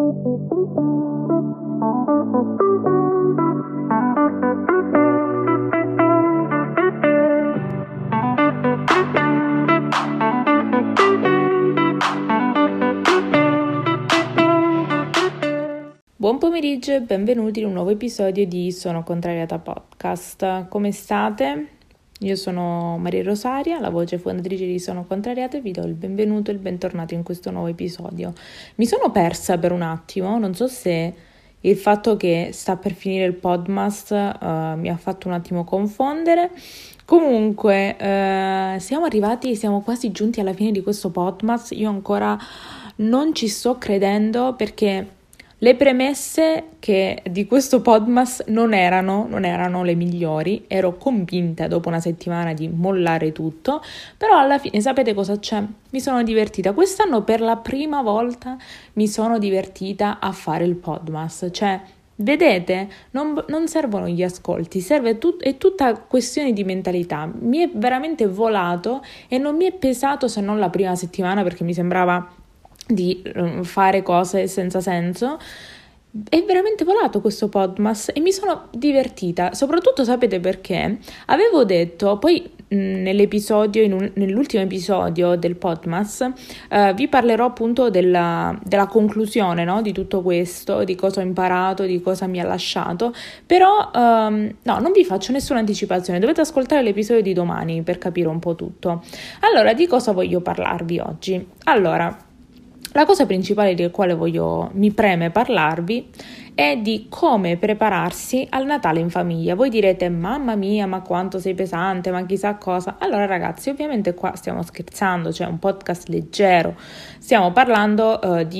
Buon pomeriggio e benvenuti in un nuovo episodio di Sono Contrariata Podcast. Come state? Io sono Maria Rosaria, la voce fondatrice di Sono Contrariata e vi do il benvenuto e il bentornato in questo nuovo episodio. Mi sono persa per un attimo, non so se il fatto che sta per finire il Podmas mi ha fatto un attimo confondere. Comunque siamo quasi giunti alla fine di questo Podmas, io ancora non ci sto credendo perché le premesse di questo Podmas non erano le migliori, ero convinta dopo una settimana di mollare tutto, però alla fine sapete cosa c'è? Mi sono divertita, quest'anno per la prima volta mi sono divertita a fare il Podmas, cioè vedete, non servono gli ascolti, è tutta questione di mentalità, mi è veramente volato e non mi è pesato se non la prima settimana perché mi sembrava di fare cose senza senso. È veramente volato questo Podmas e mi sono divertita, soprattutto sapete perché? Avevo detto, poi nell'ultimo episodio del Podmas vi parlerò appunto della conclusione, no? Di tutto questo, di cosa ho imparato, di cosa mi ha lasciato, però no, non vi faccio nessuna anticipazione, dovete ascoltare l'episodio di domani per capire un po' tutto. Allora, di cosa voglio parlarvi oggi? Allora, la cosa principale del quale mi preme parlarvi è di come prepararsi al Natale in famiglia. Voi direte, mamma mia, ma quanto sei pesante, ma chissà cosa. Allora ragazzi, ovviamente qua stiamo scherzando, cioè un podcast leggero, stiamo parlando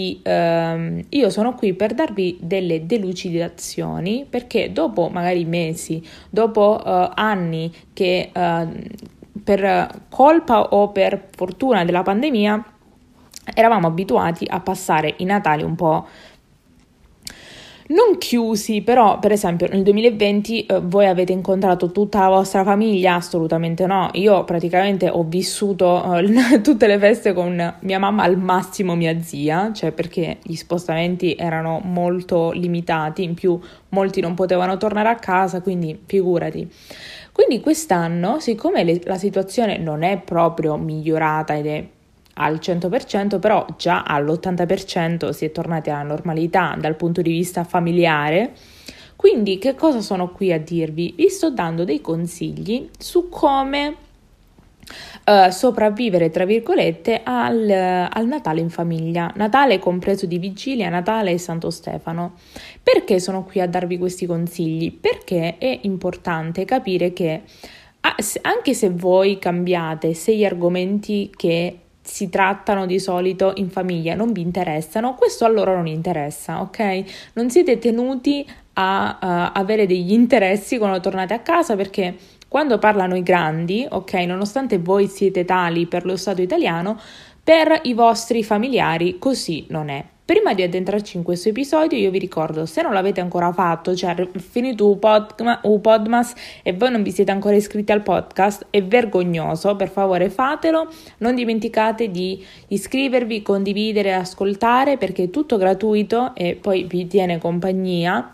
io sono qui per darvi delle delucidazioni, perché dopo magari mesi, dopo anni che per colpa o per fortuna della pandemia eravamo abituati a passare i Natali un po' non chiusi, però per esempio nel 2020 voi avete incontrato tutta la vostra famiglia? Assolutamente no, io praticamente ho vissuto tutte le feste con mia mamma, al massimo mia zia, cioè perché gli spostamenti erano molto limitati, in più molti non potevano tornare a casa, quindi figurati. Quindi quest'anno, siccome la situazione non è proprio migliorata ed è al 100%, però già all'80% si è tornati alla normalità dal punto di vista familiare. Quindi che cosa sono qui a dirvi? Vi sto dando dei consigli su come sopravvivere, tra virgolette, al Natale in famiglia, Natale compreso di Vigilia, Natale e Santo Stefano. Perché sono qui a darvi questi consigli? Perché è importante capire che anche se voi cambiate, se gli argomenti che si trattano di solito in famiglia non vi interessano, questo a loro non interessa, ok? Non siete tenuti a avere degli interessi quando tornate a casa, perché quando parlano i grandi, ok, nonostante voi siete tali per lo Stato italiano, per i vostri familiari così non è. Prima di addentrarci in questo episodio, io vi ricordo, se non l'avete ancora fatto, cioè finito un Podmas e voi non vi siete ancora iscritti al podcast, è vergognoso, per favore fatelo, non dimenticate di iscrivervi, condividere, ascoltare, perché è tutto gratuito e poi vi tiene compagnia.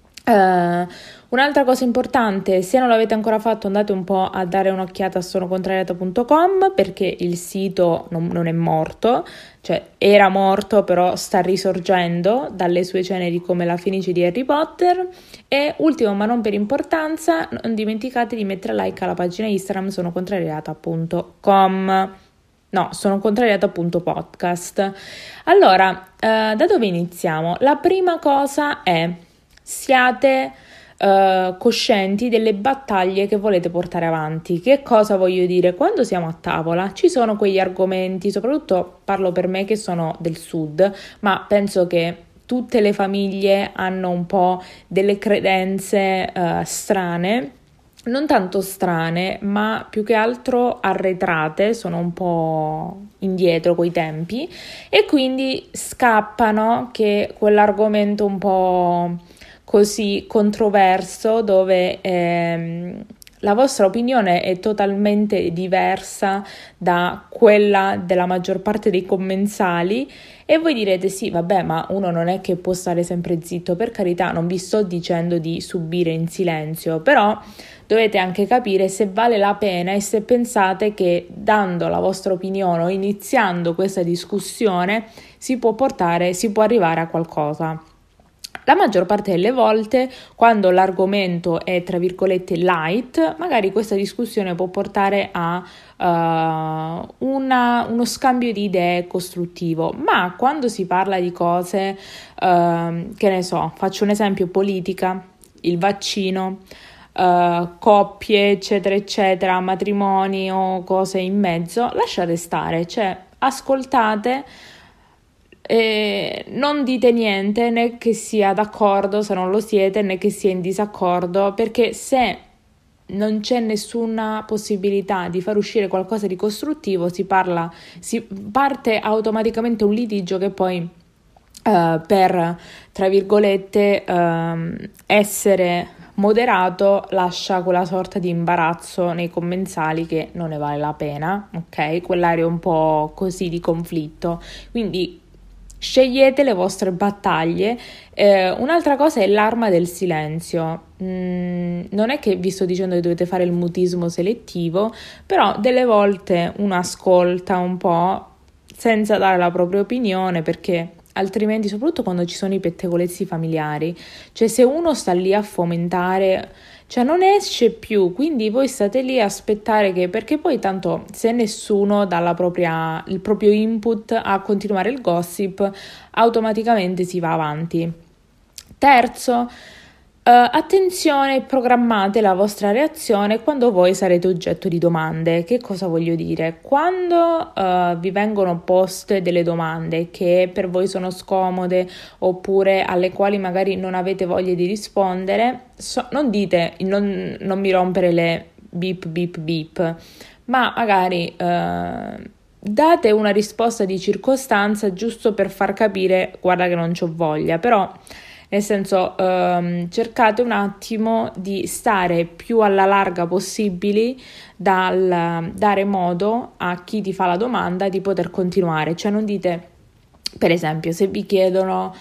Un'altra cosa importante, se non l'avete ancora fatto, andate un po' a dare un'occhiata a sonocontrariata.com, perché il sito non è morto, cioè era morto però sta risorgendo dalle sue ceneri come la Fenice di Harry Potter. E ultimo ma non per importanza, non dimenticate di mettere like alla pagina Instagram sonocontrariata.com. No, sonocontrariata.podcast. Allora, da dove iniziamo? La prima cosa è: siate coscienti delle battaglie che volete portare avanti. Che cosa voglio dire? Quando siamo a tavola ci sono quegli argomenti, soprattutto parlo per me che sono del sud, ma penso che tutte le famiglie hanno un po' delle credenze strane, non tanto strane, ma più che altro arretrate, sono un po' indietro coi tempi e quindi scappano che quell'argomento un po' così controverso dove la vostra opinione è totalmente diversa da quella della maggior parte dei commensali e voi direte sì, vabbè, ma uno non è che può stare sempre zitto, per carità, non vi sto dicendo di subire in silenzio, però dovete anche capire se vale la pena e se pensate che dando la vostra opinione o iniziando questa discussione si può arrivare a qualcosa. La maggior parte delle volte, quando l'argomento è tra virgolette light, magari questa discussione può portare a uno scambio di idee costruttivo, ma quando si parla di cose, che ne so, faccio un esempio, politica, il vaccino, coppie, eccetera, eccetera, matrimoni o cose in mezzo, lasciate stare, cioè ascoltate. Non dite niente, né che sia d'accordo se non lo siete, né che sia in disaccordo, perché se non c'è nessuna possibilità di far uscire qualcosa di costruttivo, si parte automaticamente un litigio che poi per, tra virgolette, essere moderato lascia quella sorta di imbarazzo nei commensali che non ne vale la pena, ok? Quell'area un po' così di conflitto. Quindi scegliete le vostre battaglie. Un'altra cosa è l'arma del silenzio. Non è che vi sto dicendo che dovete fare il mutismo selettivo, però delle volte uno ascolta un po' senza dare la propria opinione, perché altrimenti, soprattutto quando ci sono i pettegolezzi familiari, cioè se uno sta lì a fomentare, cioè non esce più, quindi voi state lì a aspettare perché poi tanto se nessuno dà il proprio input a continuare il gossip, automaticamente si va avanti. Terzo, attenzione, programmate la vostra reazione quando voi sarete oggetto di domande. Che cosa voglio dire? Quando vi vengono poste delle domande che per voi sono scomode oppure alle quali magari non avete voglia di rispondere, non dite non mi rompere le beep beep beep, ma magari date una risposta di circostanza giusto per far capire guarda che non c'ho voglia, però nel senso cercate un attimo di stare più alla larga possibile dal dare modo a chi ti fa la domanda di poter continuare, cioè non dite, per esempio, se vi chiedono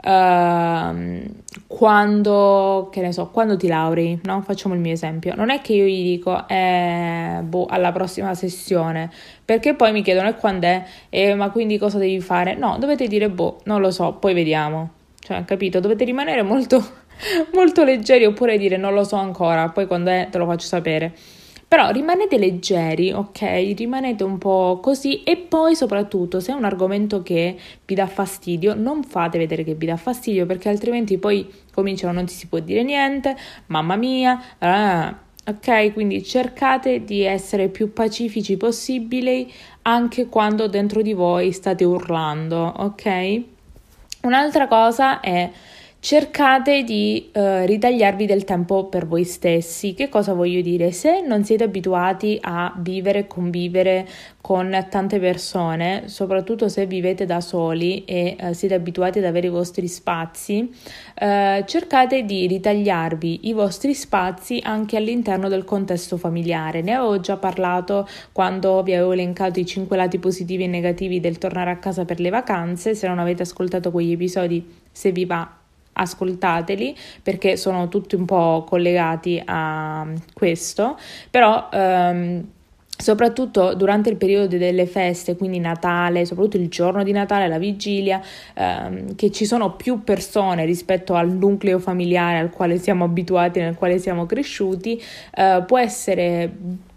quando ti laurei, no? Facciamo il mio esempio, non è che io gli dico alla prossima sessione, perché poi mi chiedono e quando è, ma quindi cosa devi fare? No, dovete dire non lo so, poi vediamo. Cioè, capito? Dovete rimanere molto, molto leggeri oppure dire non lo so ancora, poi quando è te lo faccio sapere. Però rimanete leggeri, ok? Rimanete un po' così e poi soprattutto se è un argomento che vi dà fastidio, non fate vedere che vi dà fastidio perché altrimenti poi cominciano non si può dire niente, mamma mia, ok? Quindi cercate di essere più pacifici possibili anche quando dentro di voi state urlando, ok? Un'altra cosa è cercate di ritagliarvi del tempo per voi stessi. Che cosa voglio dire? Se non siete abituati a vivere e convivere con tante persone, soprattutto se vivete da soli e siete abituati ad avere i vostri spazi, cercate di ritagliarvi i vostri spazi anche all'interno del contesto familiare. Ne avevo già parlato quando vi avevo elencato i 5 lati positivi e negativi del tornare a casa per le vacanze. Se non avete ascoltato quegli episodi, se vi va, ascoltateli perché sono tutti un po' collegati a questo, però soprattutto durante il periodo delle feste, quindi Natale, soprattutto il giorno di Natale, la vigilia, che ci sono più persone rispetto al nucleo familiare al quale siamo abituati, nel quale siamo cresciuti, può essere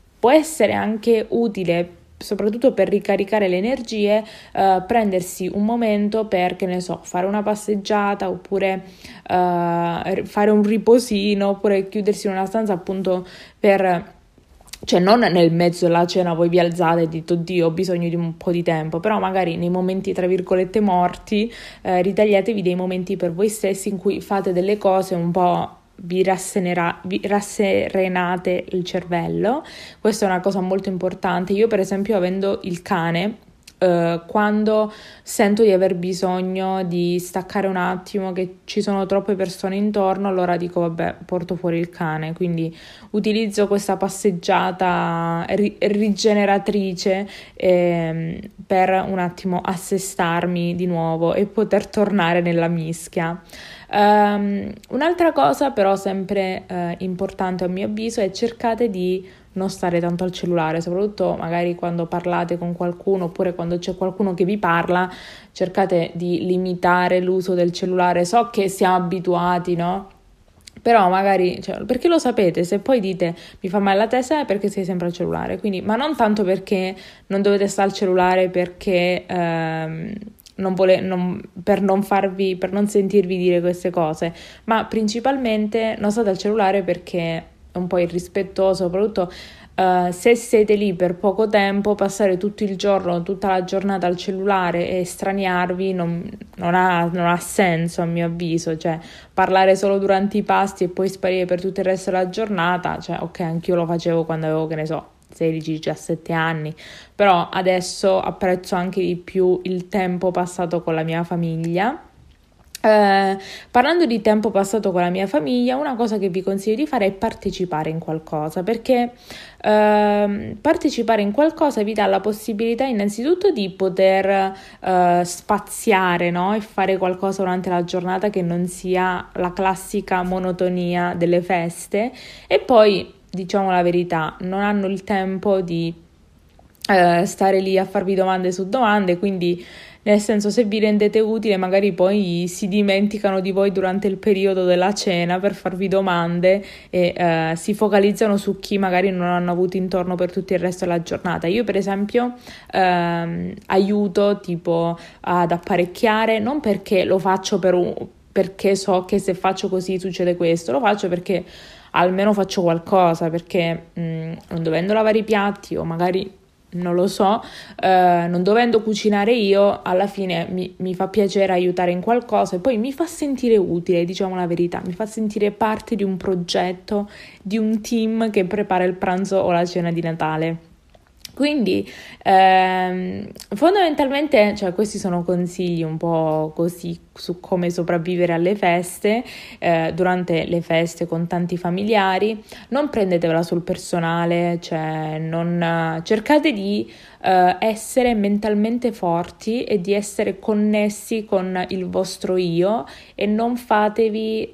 anche utile, soprattutto per ricaricare le energie, prendersi un momento per, che ne so, fare una passeggiata oppure fare un riposino oppure chiudersi in una stanza appunto cioè non nel mezzo della cena voi vi alzate e dite oddio ho bisogno di un po' di tempo, però magari nei momenti tra virgolette morti ritagliatevi dei momenti per voi stessi in cui fate delle cose un po' vi rasserenate il cervello. Questa è una cosa molto importante. Io per esempio avendo il cane quando sento di aver bisogno di staccare un attimo, che ci sono troppe persone intorno, allora dico vabbè, porto fuori il cane, quindi utilizzo questa passeggiata rigeneratrice per un attimo assestarmi di nuovo e poter tornare nella mischia. Un'altra cosa però sempre importante a mio avviso è cercate di non stare tanto al cellulare, soprattutto magari quando parlate con qualcuno oppure quando c'è qualcuno che vi parla, cercate di limitare l'uso del cellulare. So che siamo abituati, no? Però magari, perché lo sapete, se poi dite mi fa male la testa è perché sei sempre al cellulare, quindi, ma non tanto perché non dovete stare al cellulare perché per non sentirvi dire queste cose, ma principalmente non state al cellulare perché è un po' irrispettoso, soprattutto se siete lì per poco tempo, passare tutto il giorno, tutta la giornata al cellulare e straniarvi non ha senso a mio avviso, cioè parlare solo durante i pasti e poi sparire per tutto il resto della giornata, cioè ok, anch'io lo facevo quando avevo, che ne so, 16-17 anni, però adesso apprezzo anche di più il tempo passato con la mia famiglia. Parlando di tempo passato con la mia famiglia, una cosa che vi consiglio di fare è partecipare in qualcosa, perché partecipare in qualcosa vi dà la possibilità innanzitutto di poter spaziare, no? E fare qualcosa durante la giornata che non sia la classica monotonia delle feste, e poi diciamo la verità, non hanno il tempo di stare lì a farvi domande su domande, quindi nel senso, se vi rendete utile magari poi si dimenticano di voi durante il periodo della cena per farvi domande e si focalizzano su chi magari non hanno avuto intorno per tutto il resto della giornata. Io per esempio aiuto tipo ad apparecchiare, non perché lo faccio perché so che se faccio così succede questo, lo faccio perché almeno faccio qualcosa, perché non dovendo lavare i piatti o magari non lo so, non dovendo cucinare io, alla fine mi fa piacere aiutare in qualcosa e poi mi fa sentire utile, diciamo la verità, mi fa sentire parte di un progetto, di un team che prepara il pranzo o la cena di Natale. Quindi fondamentalmente, cioè, questi sono consigli un po' così su come sopravvivere alle feste, durante le feste con tanti familiari. Non prendetevela sul personale, cioè cercate di essere mentalmente forti e di essere connessi con il vostro io e non fatevi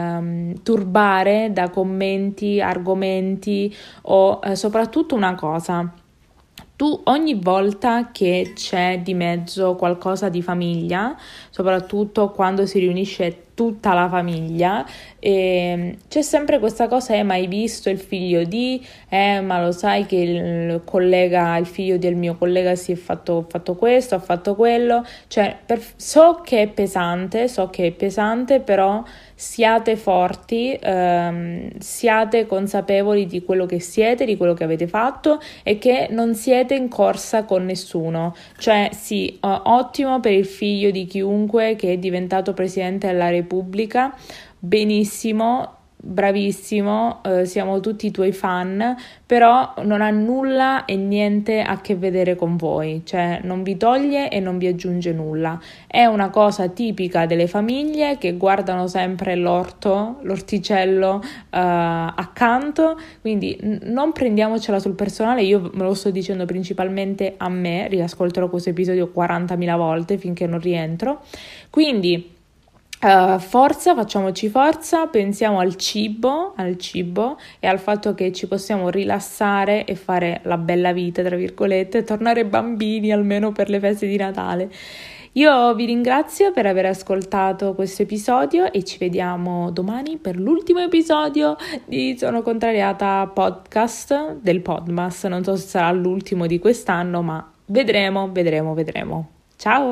turbare da commenti, argomenti o soprattutto una cosa. Tu ogni volta che c'è di mezzo qualcosa di famiglia, soprattutto quando si riunisce tutta la famiglia, c'è sempre questa cosa, ma hai visto il figlio di, ma lo sai che il figlio del mio collega si è fatto questo, ha fatto quello, cioè so che è pesante, però siate forti, siate consapevoli di quello che siete, di quello che avete fatto e che non siete in corsa con nessuno. Cioè sì, ottimo per il figlio di chiunque che è diventato presidente della Repubblica, benissimo, bravissimo, siamo tutti i tuoi fan, però non ha nulla e niente a che vedere con voi, cioè non vi toglie e non vi aggiunge nulla. È una cosa tipica delle famiglie che guardano sempre l'orticello accanto, quindi non prendiamocela sul personale. Io me lo sto dicendo principalmente a me, riascolterò questo episodio 40.000 volte finché non rientro, quindi forza, facciamoci forza, pensiamo al cibo e al fatto che ci possiamo rilassare e fare la bella vita, tra virgolette, tornare bambini almeno per le feste di Natale. Io vi ringrazio per aver ascoltato questo episodio e ci vediamo domani per l'ultimo episodio di Sono Contrariata podcast del Podmas. Non so se sarà l'ultimo di quest'anno, ma vedremo. Ciao!